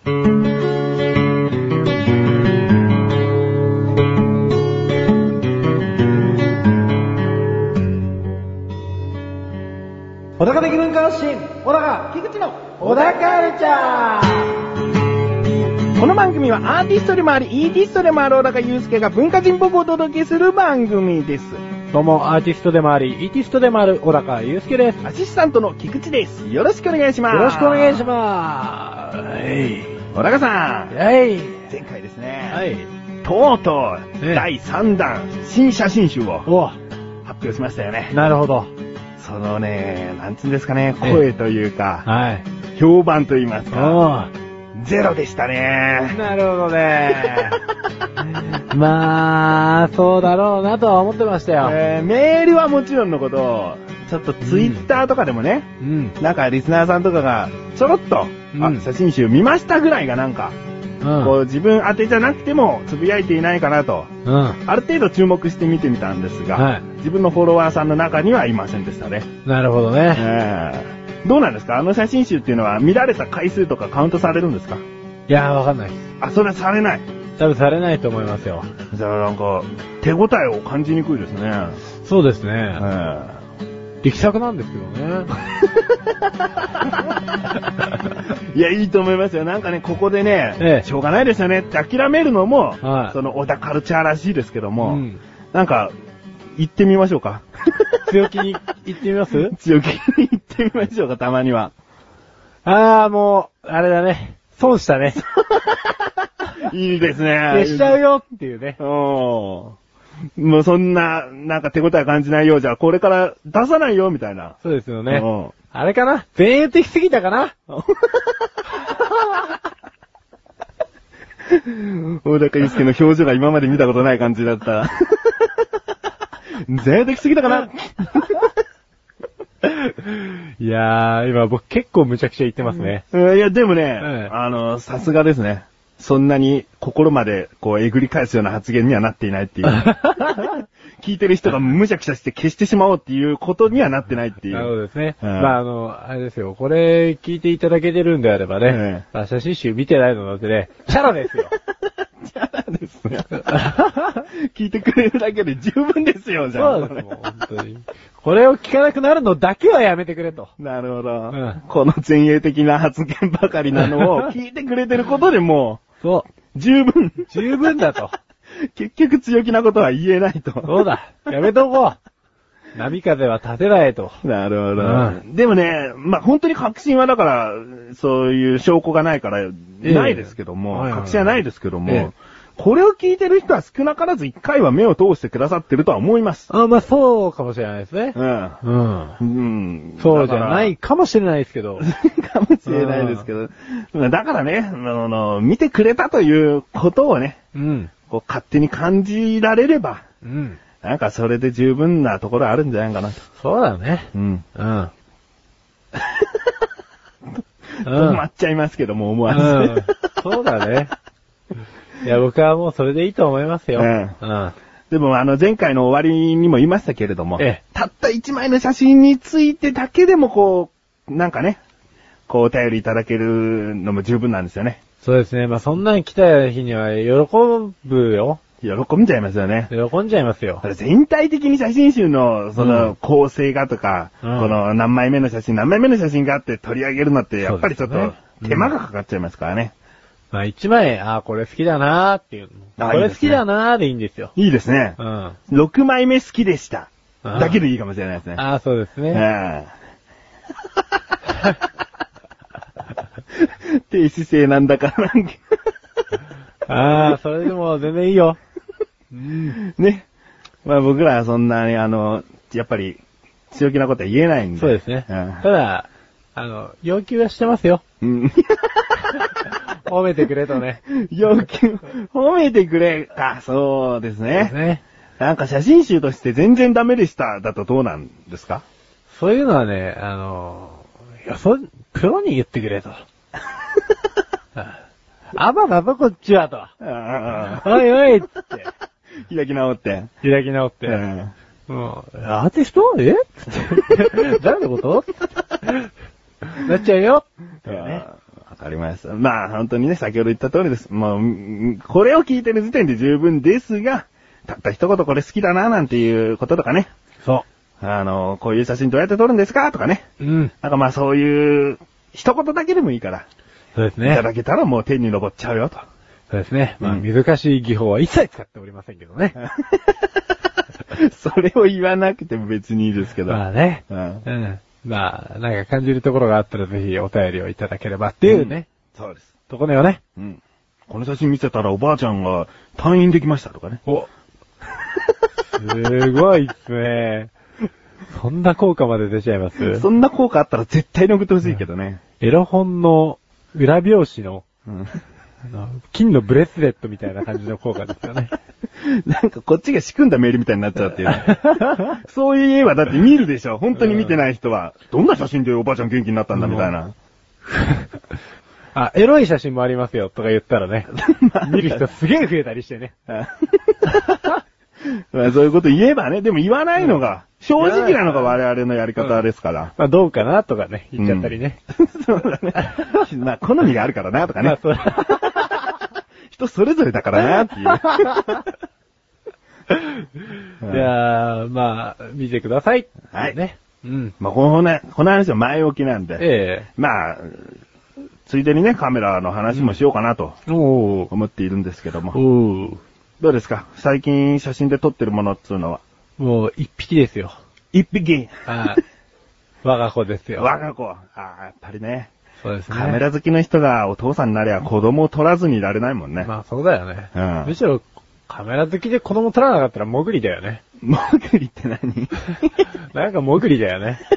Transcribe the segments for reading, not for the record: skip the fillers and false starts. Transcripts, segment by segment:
小高的文化発信、小高菊池の小高カルチャー。この番組はアーティストでもあり、イーティストでもある小高祐介が文化人っぽくお届けする番組です。 どうも、アーティストでもあり、イーティストでもある小高祐介です。 アシスタントの菊池です。よろしくお願いします。 よろしくお願いします。 小高さん。 はい。 前回ですね。 はい。 とうとう、第3弾、新写真集を発表しましたよね。 なるほど。 そのね、なんつうんですかね、声というか、 はい。 評判と言いますか、ゼロでしたね。 なるほどね。まあ、そうだろうなとは思ってましたよ。 メールはもちろんのこと、ちょっとツイッターとかでもね、なんかリスナーさんとかがちょろっと、写真集見ましたぐらいがなんか、こう自分宛てじゃなくてもつぶやいていないかなと、ある程度注目して見てみたんですが、自分のフォロワーさんの中にはいませんでしたね。 なるほどね。 どうなんですか？あの写真集っていうのは見られた回数とかカウントされるんですか？ いやー、わかんないです。 あ、それはされない。 多分されないと思いますよ。 じゃあなんか、手応えを感じにくいですね。 そうですね。力作なんですけどね。 いや、いいと思いますよ。なんかね、ここでね、しょうがないですよねって諦めるのも、その小田カルチャーらしいですけども、なんか、行ってみましょうか。 強気に行ってみます？ 強気に行ってみましょうか、たまには。 もう、あれだね。損したね。 いいですね。 消しちゃうよっていうね。 もうそんな、なんか手応え感じないようじゃ、これから出さないよ、みたいな。 そうですよね。あれかな？前衛的すぎたかな？ 大高祐介の表情が今まで見たことない感じだった。前衛的すぎたかな？ いやー、今僕結構無茶苦茶言ってますね。 いや、でもね、さすがですね。そんなに心までこうえぐり返すような発言にはなっていないっていう。聞いてる人が無茶苦茶して消してしまおうっていうことにはなってないっていう。 なるほどですね。まああれですよ。これ聞いていただけてるんであればね。写真集見てないのだってね、チャラですよ。 チャラですね。聞いてくれるだけで十分ですよ、じゃあ。 そうですもん、本当に。これを聞かなくなるのだけはやめてくれと。 なるほど。この前衛的な発言ばかりなのを聞いてくれてることでもう、 そう。 十分だと。 結局強気なことは言えないと。 そうだ。やめとこう。波風は立てないと。 なるほど。でもね、まあ、本当に確信はだから、そういう証拠がないから、ないですけども、確信はないですけども、これを聞いてる人は少なからず一回は目を通してくださってるとは思います。 まあ、そうかもしれないですね。そうじゃないかもしれないですけど。 かもしれないですけど。だからね、見てくれたということをね、こう勝手に感じられれば、なんかそれで十分なところあるんじゃないかなと。 そうだね。 止まっちゃいますけども、思わず。 そうだね。いや、僕はもうそれでいいと思いますよ。 でも前回の終わりにも言いましたけれども、たった一枚の写真についてだけでもこう、なんかね、こうお便りいただけるのも十分なんですよね。 そうですね。まあ、そんなに来た日には喜ぶよ。 喜んじゃいますよね。 喜んじゃいますよ。 全体的に写真集の、その、構成がとか、この何枚目の写真があって取り上げるのって、やっぱりちょっと手間がかかっちゃいますからね。 まあ、一枚、これ好きだなーっていう。これ好きだなーでいいんですよ。 いいですね。6枚目好きでした。だけでいいかもしれないですね。 そうですね。 低姿勢なんだからそれでも全然いいよ。 ね。まあ僕らはそんなにやっぱり強気なことは言えないんで。 そうですね。ただ、要求はしてますよ。褒めてくれとね。 要求、褒めてくれか、そうですね。なんか写真集として全然ダメでしただとどうなんですか？ そういうのはね、いや、プロに言ってくれと。だぞこっちはと。おいおいって。 開き直って。 もう、アーティスト誰のことなっちゃうよ。 かりました。まあ、本当にね、先ほど言った通りです。もう、これを聞いてる時点で十分ですが、たった一言これ好きだな、なんていうこととかね。 そう。 こういう写真どうやって撮るんですかとかね。 うん。 なんかまあそういう、一言だけでもいいから。 そうですね。 いただけたらもう手に登っちゃうよと。 そうですね。まあ、難しい技法は一切使っておりませんけどね。 それを言わなくても別にいいですけど。 まあね。 うん。 うん。まあ、なんか感じるところがあったらぜひお便りをいただければっていうね。 そうです。 ところよね。 うん。この写真見せたらおばあちゃんが退院できましたとかね。 お。すごいっすね。そんな効果まで出ちゃいます。 そんな効果あったら絶対に送ってほしいけどね。 エロ本の裏表紙の、金のブレスレットみたいな感じの効果ですよね。 なんかこっちが仕組んだメールみたいになっちゃうっていう、ね。そういう絵はだって見るでしょ。本当に見てない人は。どんな写真でおばあちゃん元気になったんだみたいな。 あ、エロい写真もありますよとか言ったらね。見る人すげえ増えたりしてね。 まあそういうこと言えばね。でも言わないのが、正直なのが我々のやり方ですから。 まあどうかなとかね、言っちゃったりね。 そうだね。まあ好みがあるからなとかね。人それぞれだからなっていう。 いやー、まあ、見てください。 はい。 ね。うん。 まあこの話は前置きなんで。まあ、ついでにね、カメラの話もしようかなと思っているんですけども。どうですか最近写真で撮ってるものっつうのは。 もう一匹ですよ。 一匹我が子ですよ。 我が子。やっぱりね。 そうですね。 カメラ好きの人がお父さんになりゃ子供を撮らずにいられないもんね。 まあそうだよね。 うん。 むしろカメラ好きで子供撮らなかったらモグリだよね。 モグリって何なんかモグリだよね。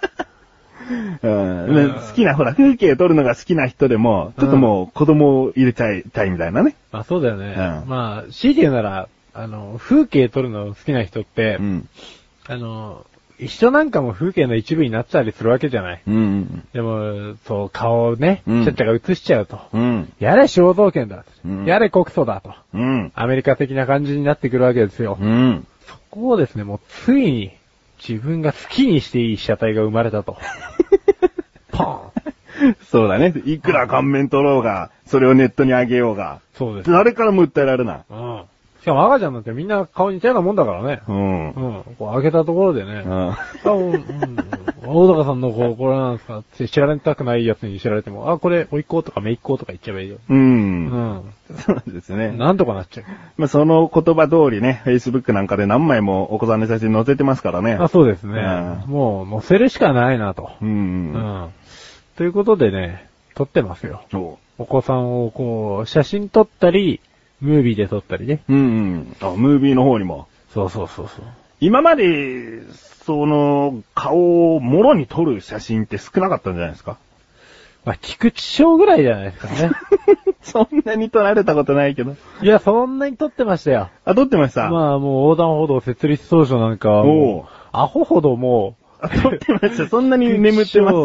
好きな、ほら、風景撮るのが好きな人でも、ちょっともう子供を入れちゃいたいみたいなね。 まあそうだよね。まあ、強いて言うなら、風景撮るの好きな人って、一緒なんかも風景の一部になっちゃったりするわけじゃない。でも、そう、顔をね、ちゃっちゃが映しちゃうと。やれ肖像権だ。やれ告訴だと。アメリカ的な感じになってくるわけですよ。そこをですね、もうついに、自分が好きにしていい被写体が生まれたと。ポーンそうだね。いくら顔面取ろうが、それをネットに上げようが。 そうです。 誰からも訴えられない。 しかも赤ちゃんなんてみんな顔似たようなもんだからね。こう上げたところでね。大高さんのこれなんですかって知られたくないやつに知られても、これ、おいっ子とかめいっ子とか言っちゃえばいいよ。 そうですね。 なんとかなっちゃう。 まあ、その言葉通りね、Facebook なんかで何枚もお子さんの写真載せてますからね。 そうですね。もう載せるしかないなと。ということでね、撮ってますよ。お子さんをこう、写真撮ったり、ムービーで撮ったりね。 ムービーの方にも。 そう。 今まで、顔をもろに撮る写真って少なかったんじゃないですか？ まあ、菊池翔ぐらいじゃないですかね。 そんなに撮られたことないけど。 いや、そんなに撮ってましたよ。 撮ってました。 まあ、もう横断歩道設立当初なんかはもう、アホほどもう。撮ってました。そんなに眠ってます。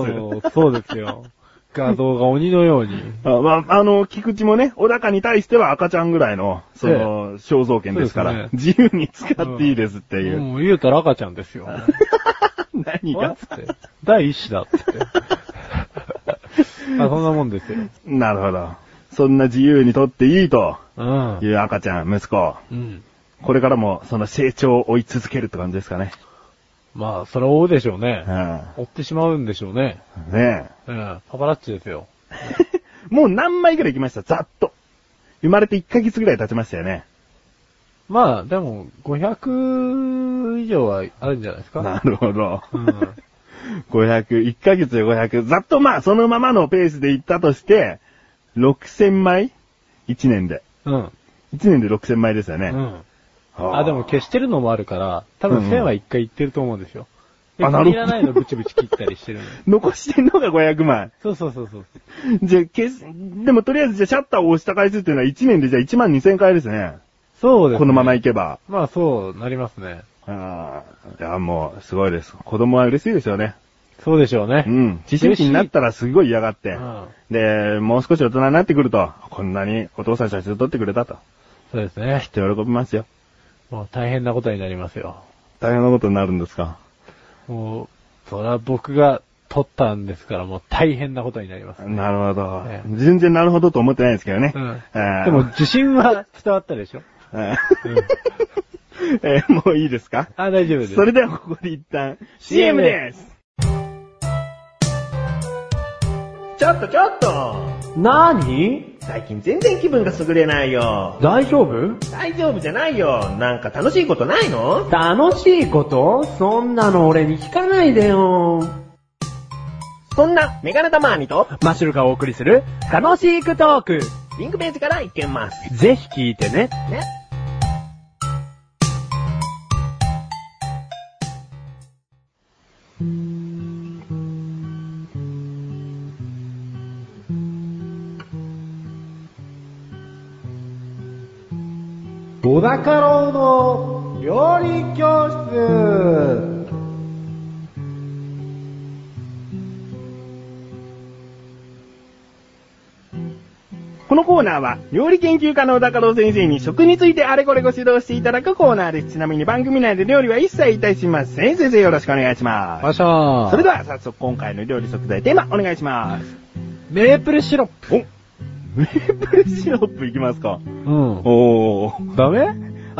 そうですよ。画像が鬼のように。 菊池もね、小高に対しては赤ちゃんぐらいの、肖像権ですから、自由に使っていいですっていう。 もう言うたら赤ちゃんですよ。 何がつって。第一子だっつって。そんなもんですよ。 なるほど。そんな自由に撮っていいという赤ちゃん、息子。これからもその成長を追い続けるって感じですかね。 まあ、それを追うでしょうね。追ってしまうんでしょうね。パパラッチですよ。 もう何枚くらい行きましたざっと。生まれて1ヶ月ぐらい経ちましたよね。 まあ、でも、500以上はあるんじゃないですか。 なるほど。500、1ヶ月で500。ざっとまあ、そのままのペースでいったとして、6000枚 ?1 年で。1年で6000枚ですよね。でも消してるのもあるから、多分1000は1回いってると思うんですよ。なるほど。いらないのブチブチ切ったりしてるの。 残してんのが500枚。 そう。 じゃあ、でもとりあえずじゃあシャッターを押した回数っていうのは1年でじゃあ12000回ですね。 そうですね。 このままいけば。 まあそうなりますね。 いや、もう、すごいです。子供は嬉しいですよね。 そうでしょうね。 思春期になったらすごい嫌がって。で、もう少し大人になってくると、こんなにお父さん写真撮ってくれたと。 そうですね。 きっと喜びますよ。 もう大変なことになりますよ。 大変なことになるんですか？ もう、それは僕が取ったんですから、もう大変なことになります、ね。 なるほど。全然なるほどと思ってないですけどね。 でも自信は伝わったでしょ。 もういいですか？ 大丈夫です。 それではここで一旦 CM です。ちょっとなーに？ 最近全然気分が優れないよ。 大丈夫？ 大丈夫じゃないよ。なんか楽しいことないの？ 楽しいこと？そんなの俺に聞かないでよ。 そんなメガネタマーニとマッシュルがお送りする楽しいクトーク。 リンクページからいけます。 ぜひ聞いてね。小高郎の料理教室。 このコーナーは料理研究家の小高郎先生に食についてあれこれご指導していただくコーナーです。ちなみに番組内で料理は一切いたしません。先生よろしくお願いします。それでは早速今回の料理食材テーマお願いします。 メープルシロップ。 メープルシロップいきますか？ ダメ？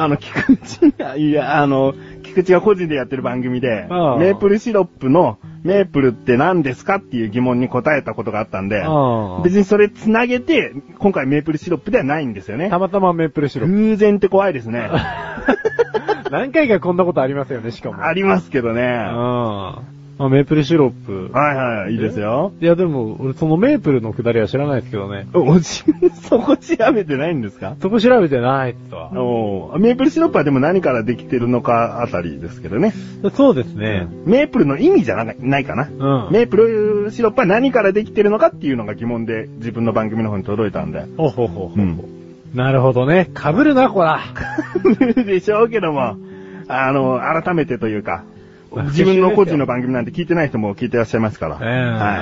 菊池が個人でやってる番組で、メープルシロップのメープルって何ですかっていう疑問に答えたことがあったんで、別にそれつなげて、今回メープルシロップではないんですよね。 たまたまメープルシロップ。 偶然って怖いですね。 何回かこんなことありますよね、しかも。 ありますけどね。 メープルシロップ。 はい、いいですよ。 いやでも、俺そのメープルのくだりは知らないですけどね。 そこ調べてないんですか？ そこ調べてないってわ。 メープルシロップはでも何からできてるのかあたりですけどね。 そうですね。 メープルの意味じゃないかな。メープルシロップは何からできてるのかっていうのが疑問で自分の番組の方に届いたんで。 なるほどね。被るな、こら。 被るでしょうけども、改めてというか、自分の個人の番組なんて聞いてない人も聞いてらっしゃいますから。はい。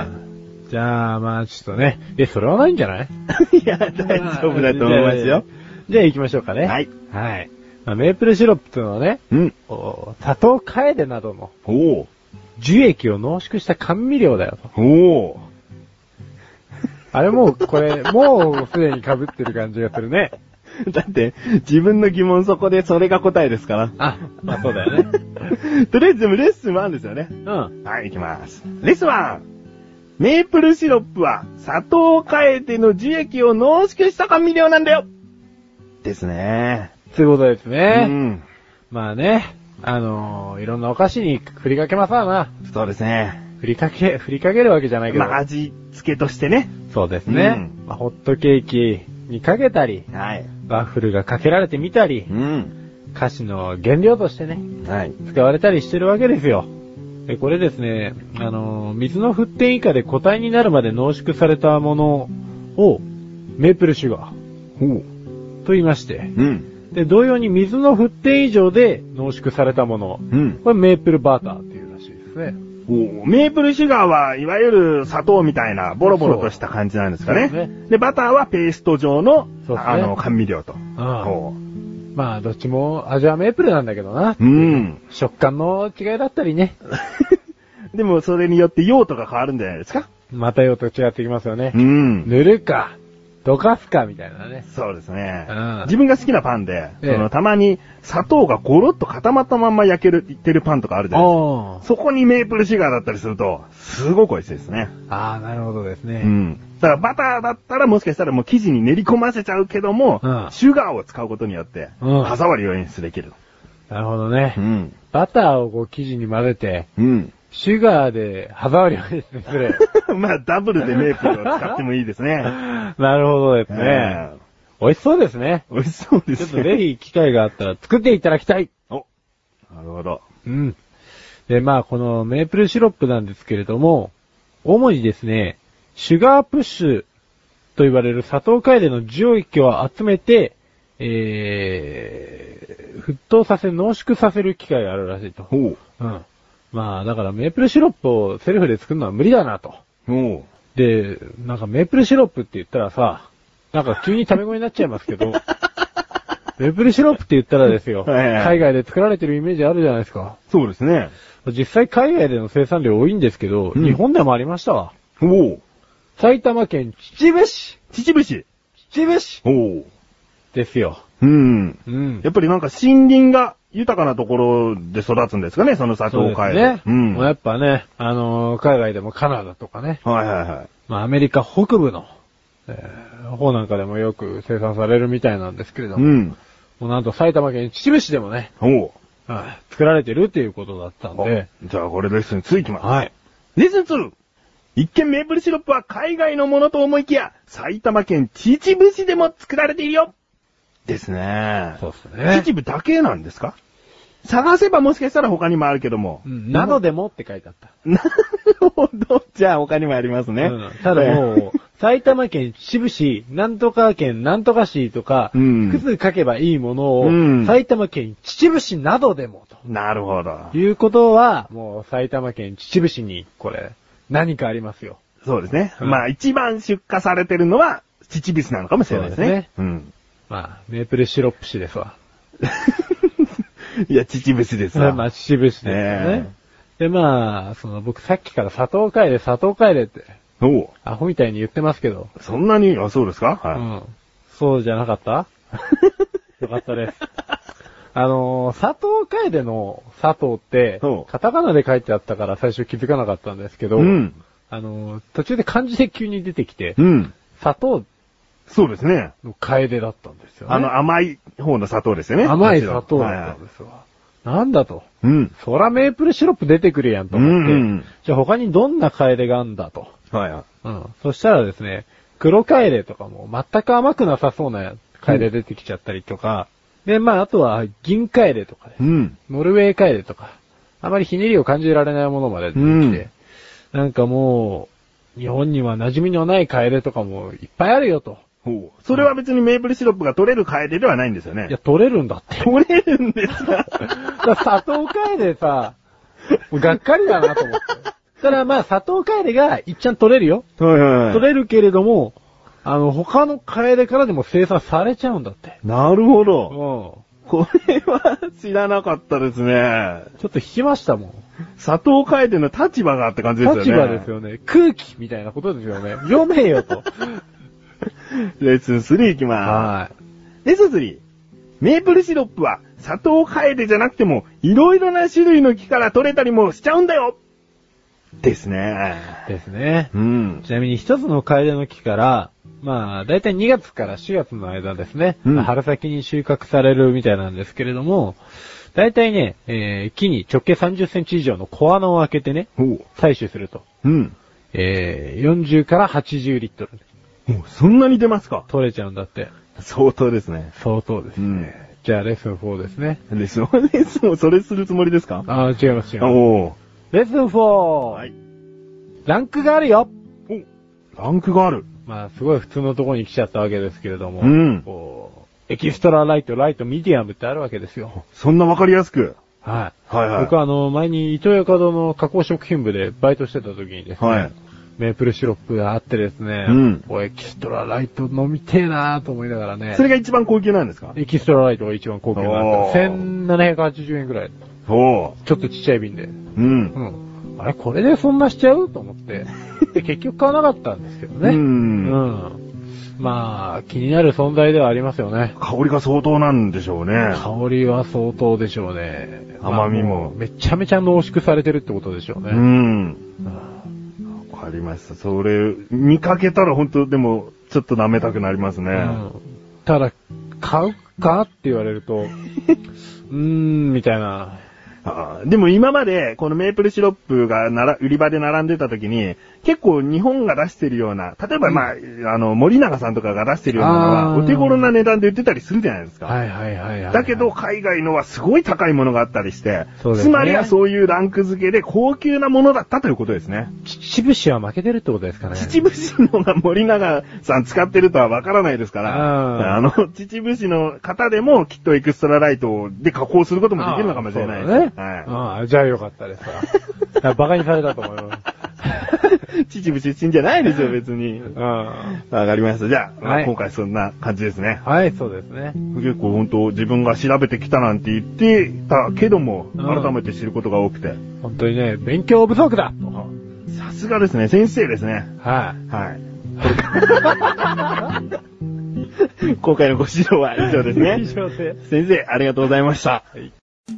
じゃあ、ちょっとね。それはないんじゃない？ いや、大丈夫だと思いますよ。 じゃあ行きましょうかね。 はい。 メープルシロップというのはね、砂糖カエデなどの樹液を濃縮した甘味料だよと。あれもうすでに被ってる感じがするね。 だって、自分の疑問そこでそれが答えですから。 そうだよね。 とりあえずでもレッスン1ですよね。はい、行きます。レッスン 1! メープルシロップは砂糖カエデの樹液を濃縮した甘味料なんだよですね。 そういうことですね。まあね、いろんなお菓子に振りかけますわな。 そうですね。 振りかけるわけじゃないけど。 味付けとしてね。 そうですね。ホットケーキにかけたり、ワッフルがかけられてみたり、菓子の原料としてね、使われたりしてるわけですよ。これですね、水の沸点以下で固体になるまで濃縮されたものを、メープルシュガーと言いまして、で、同様に水の沸点以上で濃縮されたもの、これメープルバターっていうらしいですね。 メープルシュガーはいわゆる砂糖みたいなボロボロとした感じなんですかね。で、バターはペースト状の、甘味料と。 どっちも味はメープルなんだけどな。食感の違いだったりね。 でもそれによって用途が変わるんじゃないですか？ また用途違ってきますよね。塗るか、溶かすかみたいなね。 そうですね。自分が好きなパンで、たまに砂糖がゴロッと固まったまんま焼けてるパンとかあるじゃないですか。そこにメープルシュガーだったりすると、すごく美味しいですね。 なるほどですね。 だからバターだったらもしかしたらもう生地に練り込ませちゃうけども、シュガーを使うことによって、歯触りを演出できる。 なるほどね。バターを生地に混ぜて、シュガーで歯触りを演出する。 ダブルでメープルを使ってもいいですね。 なるほどですね。美味しそうですね。 美味しそうですね。 ちょっとぜひ機会があったら作っていただきたい。 なるほど。 で、このメープルシロップなんですけれども、主にですね、シュガープッシュと言われる砂糖カエデの樹液を集めて、沸騰させ濃縮させる機械があるらしいと。だからメープルシロップをセルフで作るのは無理だなと。で、メープルシロップって言ったらさ、急にタメ語になっちゃいますけど、 メープルシロップって言ったらですよ。 はいはい、 海外で作られてるイメージあるじゃないですか。 そうですね。 実際海外での生産量多いんですけど、日本でもありましたわ。埼玉県秩父市。 秩父市。 ですよ。 やっぱりなんか森林が豊かなところで育つんですかね、その砂糖カエデ。 そうですね。やっぱね、海外でもカナダとかね。まあアメリカ北部の、方なんかでもよく生産されるみたいなんですけれども。もうなんと埼玉県秩父市でもね。作られてるっていうことだったんで。 じゃあこれレッスン2いきます。レッスン 2! 一見メープルシロップは海外のものと思いきや、埼玉県秩父市でも作られているよですね。 そうですね。 秩父だけなんですか？探せばもしかしたら他にもあるけども。 などでもって書いてあった。 なるほど。じゃあ他にもありますね。 ただもう、埼玉県秩父市、なんとか県なんとか市とか、複数書けばいいものを、埼玉県秩父市などでもと。 なるほど。 いうことは、もう埼玉県秩父市に、これ、何かありますよ。 そうですね。まあ一番出荷されてるのは、秩父市なのかもしれないですね。 まあ、メープルシロップ市ですわ。 いや、秩父市ですわ。 まあ、秩父市ですよね。で、まあ、僕さっきから砂糖カエデって、アホみたいに言ってますけど。 そんなに、そうですか？ そうじゃなかった？よかったです。砂糖カエデの砂糖って、カタカナで書いてあったから最初気づかなかったんですけど、途中で漢字で急に出てきて、砂糖、 そうですね。 カエデだったんですよね。 甘い方の砂糖ですよね。 甘い砂糖だったんですわ。なんだと。そらメープルシロップ出てくるやんと思って。じゃあ他にどんなカエデがあんだと。そしたらですね、黒カエデとかも全く甘くなさそうなカエデ出てきちゃったりとか、で、まああとは銀カエデとかです。ノルウェーカエデとか、あまりひねりを感じられないものまで出てきて、なんかもう、日本には馴染みのないカエデとかもいっぱいあるよと。 それは別にメープルシロップが取れるカエデではないんですよね。 いや、取れるんだって。 取れるんですか？ 砂糖カエデさ、もうがっかりだなと思って。ただまあ砂糖カエデが一ちゃん取れるよ。取れるけれども、他のカエデからでも生産されちゃうんだって。 なるほど。これは知らなかったですね。 ちょっと引きましたもん。 砂糖カエデの立場がって感じですよね。 立場ですよね。空気みたいなことですよね。読めよと。 レッスン3いきます。レッスン3。メープルシロップは砂糖カエデじゃなくてもいろいろな種類の木から取れたりもしちゃうんだよですね。 ですね。ちなみに一つのカエデの木から、まあ、だいたい2月から4月の間ですね。春先に収穫されるみたいなんですけれども、だいたいね、木に直径30センチ以上の小穴を開けてね、採取すると。40から80リットル。 そんなに出ますか？ 取れちゃうんだって。 相当ですね。 相当ですね。じゃあレッスン4ですね。 レッスンをそれするつもりですか？ 違います。レッスン 4! ランクがあるよ。 ランクがある。 まあ、すごい普通のところに来ちゃったわけですけれども、エキストラライト、ミディアムってあるわけですよ。 そんなわかりやすく。 僕は前にイトーヨーカドーの加工食品部でバイトしてた時にですね、メープルシロップがあってですね、エキストラライト飲みてえなーと思いながらね。 それが一番高級なんですか？ エキストラライトが一番高級なんです。1780円くらい。ちょっとちっちゃい瓶で。あれ、これでそんなしちゃうと思って。で、結局買わなかったんですけどね。まあ、気になる存在ではありますよね。 香りが相当なんでしょうね。 香りは相当でしょうね。 甘みも。 めちゃめちゃ濃縮されてるってことでしょうね。 わかりました。それ、見かけたら本当でも、ちょっと舐めたくなりますね。 ただ、買うかって言われると、みたいな。 でも今までこのメープルシロップが売り場で並んでた時に結構日本が出してるような、例えば森永さんとかが出してるようなのはお手頃な値段で売ってたりするじゃないですか。だけど海外のはすごい高いものがあったりして、つまりはそういうランク付けで高級なものだったということですね。 秩父市は負けてるってことですかね。 秩父市のが森永さん使ってるとはわからないですから、秩父市の方でもきっとエクストラライトで加工することもできるのかもしれないですね。 じゃあよかったですわ。バカにされたと思います。 秩父出身じゃないですよ、別に。わかりました。じゃあ、はい、今回そんな感じですね。 はい、そうですね。 結構本当自分が調べてきたなんて言ってたけども、改めて知ることが多くて。 本当にね、勉強不足ださすがですね、先生ですね。 はい。 はい。今回のご指導は以上ですね。 以上で。 先生、ありがとうございました。はい、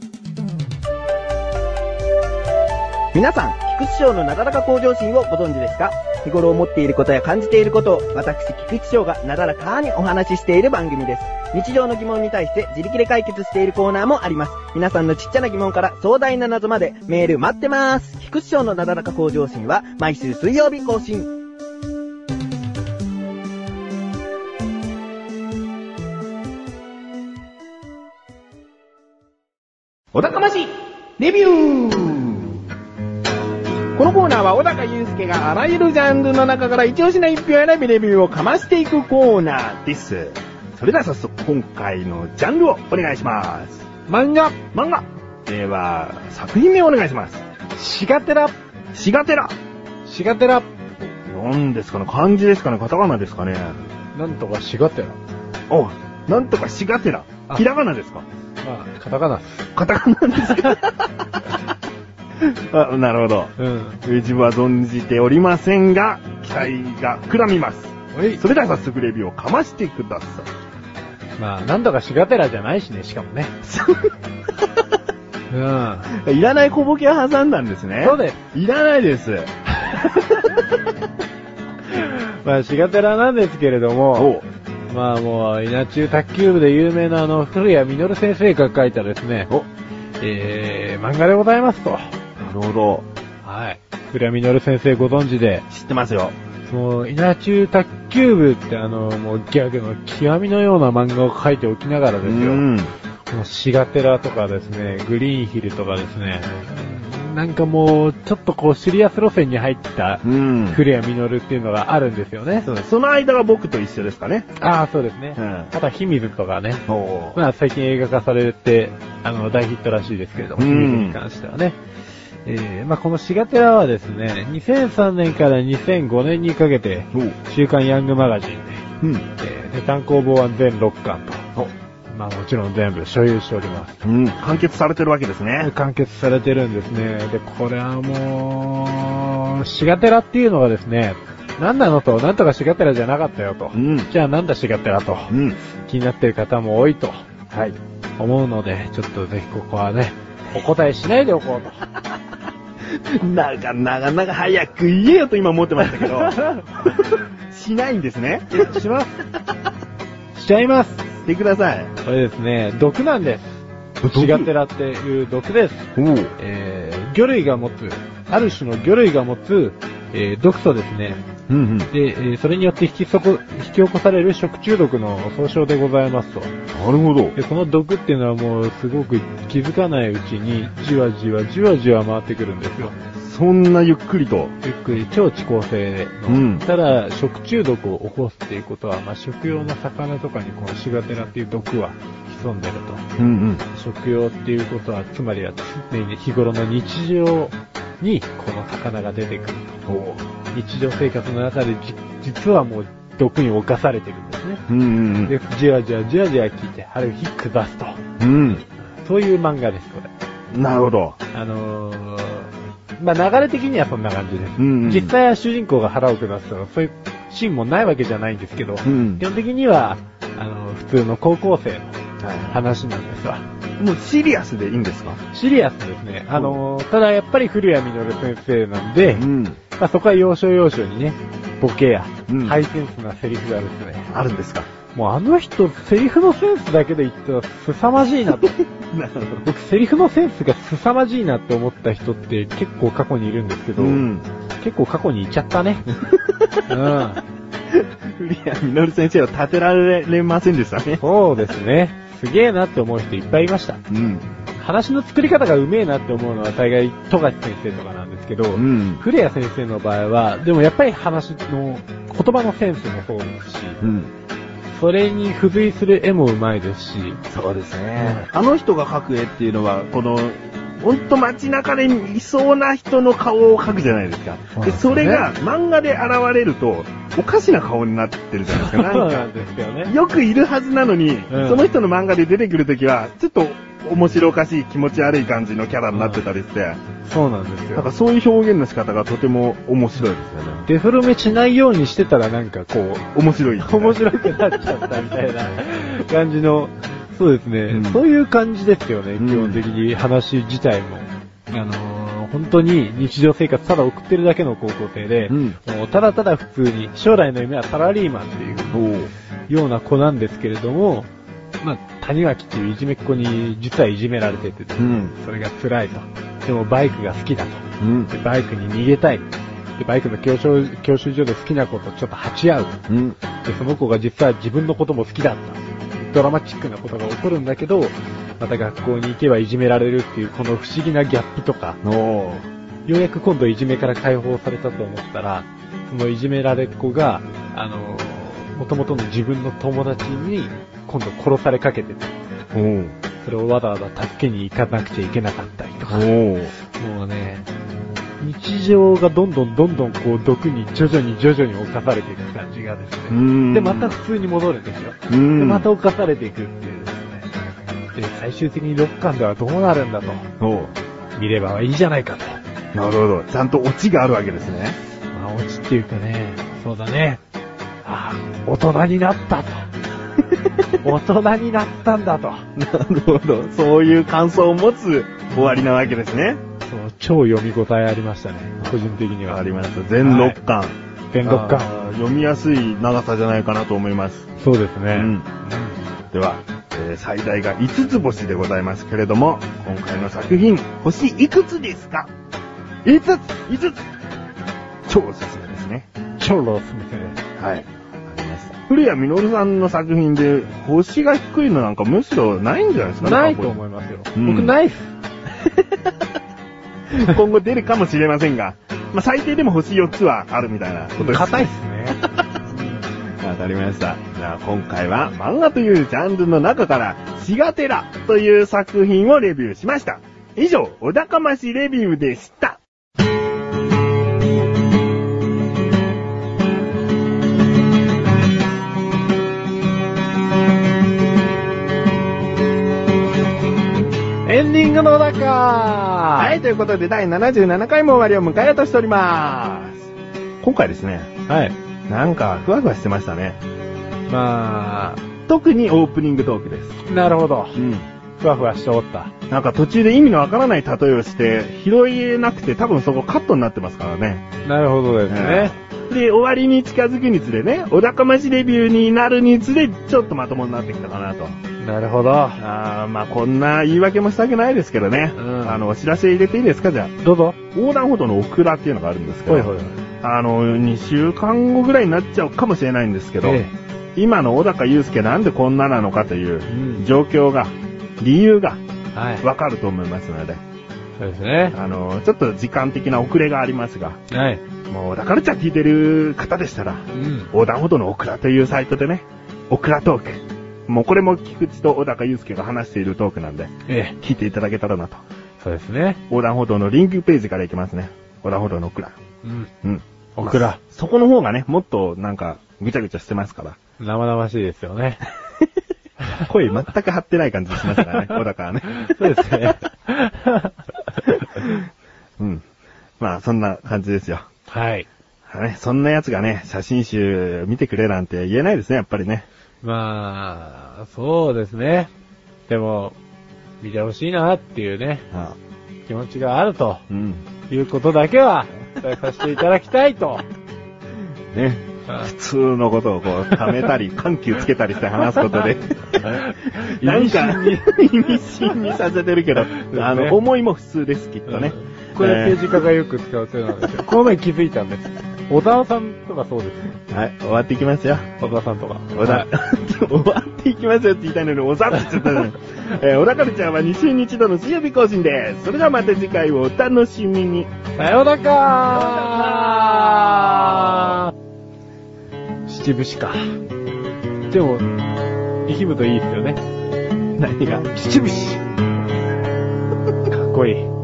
皆さん、菊池翔のなだらか向上心をご存知ですか？日頃思っていることや感じていることを、私、菊池翔がなだらかにお話ししている番組です。日常の疑問に対して自力で解決しているコーナーもあります。皆さんのちっちゃな疑問から壮大な謎までメール待ってます。菊池翔のなだらか向上心は毎週水曜日更新。 お高ましレビュー。このコーナーは小高祐介があらゆるジャンルの中から一押しな一票選びレビューをかましていくコーナーです。それでは早速今回のジャンルをお願いします。 漫画。 では、作品名をお願いします。 シガテラ。 何ですかね、漢字ですかね、カタカナですかね。 なんとかシガテラ。 なんとかシガテラ。ひらがなですか？ カタカナですか？なるほど。自分は存じておりませんが、期待が膨らみます。それでは早速レビューをかましてください。 なんとかシガテラじゃないしね、しかもね。 いらない小ボケを挟んだんですね。 そうです。 いらないです。 シガテラなんですけれども、もう、稲中卓球部で有名な古谷実先生が書いたですね、漫画でございますと。 なるほど。 はい。古谷実先生ご存知で。 知ってますよ。 もう、稲中卓球部ってもうギャグの極みのような漫画を書いておきながらですよ。もうシガテラとかですね、グリーンヒルとかですね、なんかもう、ちょっとこうシリアス路線に入った古谷実っていうのがあるんですよね。 その間が僕と一緒ですかね。 そうですね。あとは秘密とかね。最近映画化されて、大ヒットらしいですけれども、秘密に関してはね。このシガテラはですね、2003年から2005年にかけて、週刊ヤングマガジンで、単行本は全6巻と。もちろん全部所有しております。 完結されてるわけですね。 完結されてるんですね。で、これはもう、シガテラっていうのがですね、何なのと、なんとかシガテラじゃなかったよと。じゃあなんだシガテラと。気になってる方も多いと。思うので、ちょっとぜひここはね、お答えしないでおこうと。なかなか早く言えよと今思ってましたけど。しないんですね。 します。しちゃいます。 してください。 これですね、毒なんです。シガテラっていう毒です。魚類が持つ、ある種の魚類が持つ、毒素ですね。で、それによって引き起こされる食中毒の総称でございますと。 なるほど。 で、この毒っていうのはもうすごく気づかないうちにじわじわ回ってくるんですよ。 そんなゆっくりと。 ゆっくり、超遅効性の。ただ、食中毒を起こすっていうことは、食用の魚とかにこのシガテラっていう毒は潜んでると。食用っていうことは、つまりは常に日頃の日常にこの魚が出てくると。日常生活の中で実はもう毒に侵されてるんですね。で、じわじわ効いて、ある日下すと。そういう漫画です、これ。 なるほど。 流れ的にはそんな感じです。実際は主人公が腹を下すとか、そういうシーンもないわけじゃないんですけど、基本的には、普通の高校生の話なんですわ。 もうシリアスでいいんですか？ シリアスですね。ただやっぱり古谷実先生なんで、そこは要所要所にね、ボケや、ハイセンスなセリフがですね、 あるんですか？ もう人、セリフのセンスだけで言ったら凄まじいなと。僕、セリフのセンスが凄まじいなって思った人って結構過去にいるんですけど、結構過去にいっちゃったね。 古谷実先生は立てられませんでしたね。 そうですね。すげえなって思う人いっぱいいました。話の作り方がうめえなって思うのは大概、富樫先生とかなんですけど、古谷先生の場合は、でもやっぱり話の、言葉のセンスもそうですし、それに付随する絵もうまいですし。 そうですね。あの人が描く絵っていうのは、この、 ほんと街中でいそうな人の顔を描くじゃないですか。で、それが漫画で現れると、おかしな顔になってるじゃないですか。 そうなんですよね。 よくいるはずなのに、その人の漫画で出てくるときは、ちょっと面白おかしい気持ち悪い感じのキャラになってたりして。 そうなんですよ。 なんかそういう表現の仕方がとても面白いですよね。 デフォルメしないようにしてたらなんかこう、 面白い、ね。 面白くなっちゃったみたいな感じの、そうですね、そういう感じですよね、基本的に話自体も。本当に日常生活ただ送ってるだけの高校生で、もうただただ普通に、将来の夢はサラリーマンっていうような子なんですけれども、まあ、谷脇っていういじめっ子に実はいじめられてて、それが辛いと。でもバイクが好きだと。でバイクに逃げたい。でバイクの教習所で好きな子とちょっと鉢合う。でその子が実は自分のことも好きだった。ドラマチックなことが起こるんだけど、また学校に行けばいじめられるっていうこの不思議なギャップとか、ようやく今度いじめから解放されたと思ったら、そのいじめられっ子が、元々の自分の友達に今度殺されかけてて、それをわざわざ助けに行かなくちゃいけなかったりとか、もうね、日常がどんどんこう毒に徐々に侵されていく感じがですね。で、また普通に戻るんですよ。で、また侵されていくっていうですね。で、最終的に6巻ではどうなるんだと。見ればいいじゃないかと。 なるほど。ちゃんとオチがあるわけですね。 まあ、オチっていうかね、そうだね。大人になったと。大人になったんだと。 なるほど。そういう感想を持つ終わりなわけですね。 そう、超読み応えありましたね。個人的には。 ありました。全6巻。 全6巻。 読みやすい長さじゃないかなと思います。 そうですね。 では、最大が5つ星でございますけれども、今回の作品、星いくつですか？ 5 つ !5 つ超おすすめですね。 超おすすめですね。 はい。古谷実さんの作品で星が低いのなんかむしろないんじゃないですかね。 ないと思いますよ。僕ないっす。 今後出るかもしれませんが、まあ、最低でも星4つはあるみたいなことです。 硬いっすね。 わかりました。じゃあ今回は漫画というジャンルの中からシガテラという作品をレビューしました。以上、お高ましレビューでした。 エンディングの中はい、ということで第77回も終わりを迎えようとしております。今回ですね。 はい。 なんか、ふわふわしてましたね。 まあ、 特にオープニングトークです。 なるほど。ふわふわしておった。 なんか途中で意味のわからない例えをして、拾えなくて多分そこカットになってますからね。 なるほどですね。 で、終わりに近づくにつれね、お高ましレビューになるにつれ、ちょっとまともになってきたかなと。 なるほど。 まあこんな言い訳もしたくないですけどね。お知らせ入れていいですか、じゃあ。 どうぞ。 横断歩道のオクラっていうのがあるんですけど。 はいはいはい。 2週間後ぐらいになっちゃうかもしれないんですけど、今の小高祐介なんでこんななのかという状況が、理由がわかると思いますので、 そうですね。 ちょっと時間的な遅れがありますが、 はい。 もうだからちゃ聞いてる方でしたら、横断歩道のオクラというサイトでね、オクラトーク。もうこれも菊池と小高祐介が話しているトークなんで、聞いていただけたらなと。 そうですね。 横断歩道のリンクページから行きますね。横断歩道のオクラ。オクラ。そこの方がね、もっとなんかぐちゃぐちゃしてますから。 生々しいですよね。 声全く張ってない感じしましたからね、小高はね。 そうですね。 まあそんな感じですよ。 はい。 そんなやつがね、写真集見てくれなんて言えないですね、やっぱりね。 まあ、そうですね。でも、見てほしいなっていうね、気持ちがあると、いうことだけは伝えさせていただきたいと。 ね。普通のことをこう、溜めたり、緩急つけたりして話すことで。なんか、意味深にさせてるけど、思いも普通です、きっとね。 これ政治家がよく使う手なんですよ。この前気づいたんです。小沢さんとかそうですね。 はい、終わっていきますよ。 小沢さんとか。 終わっていきますよって言いたいのに、おざって言っちゃったじゃない。小高るちゃんは2週に1度の水曜日更新です。それではまた次回をお楽しみに。 さようなら七節か。でも、力むといいですよね。 何が七節。かっっこいい。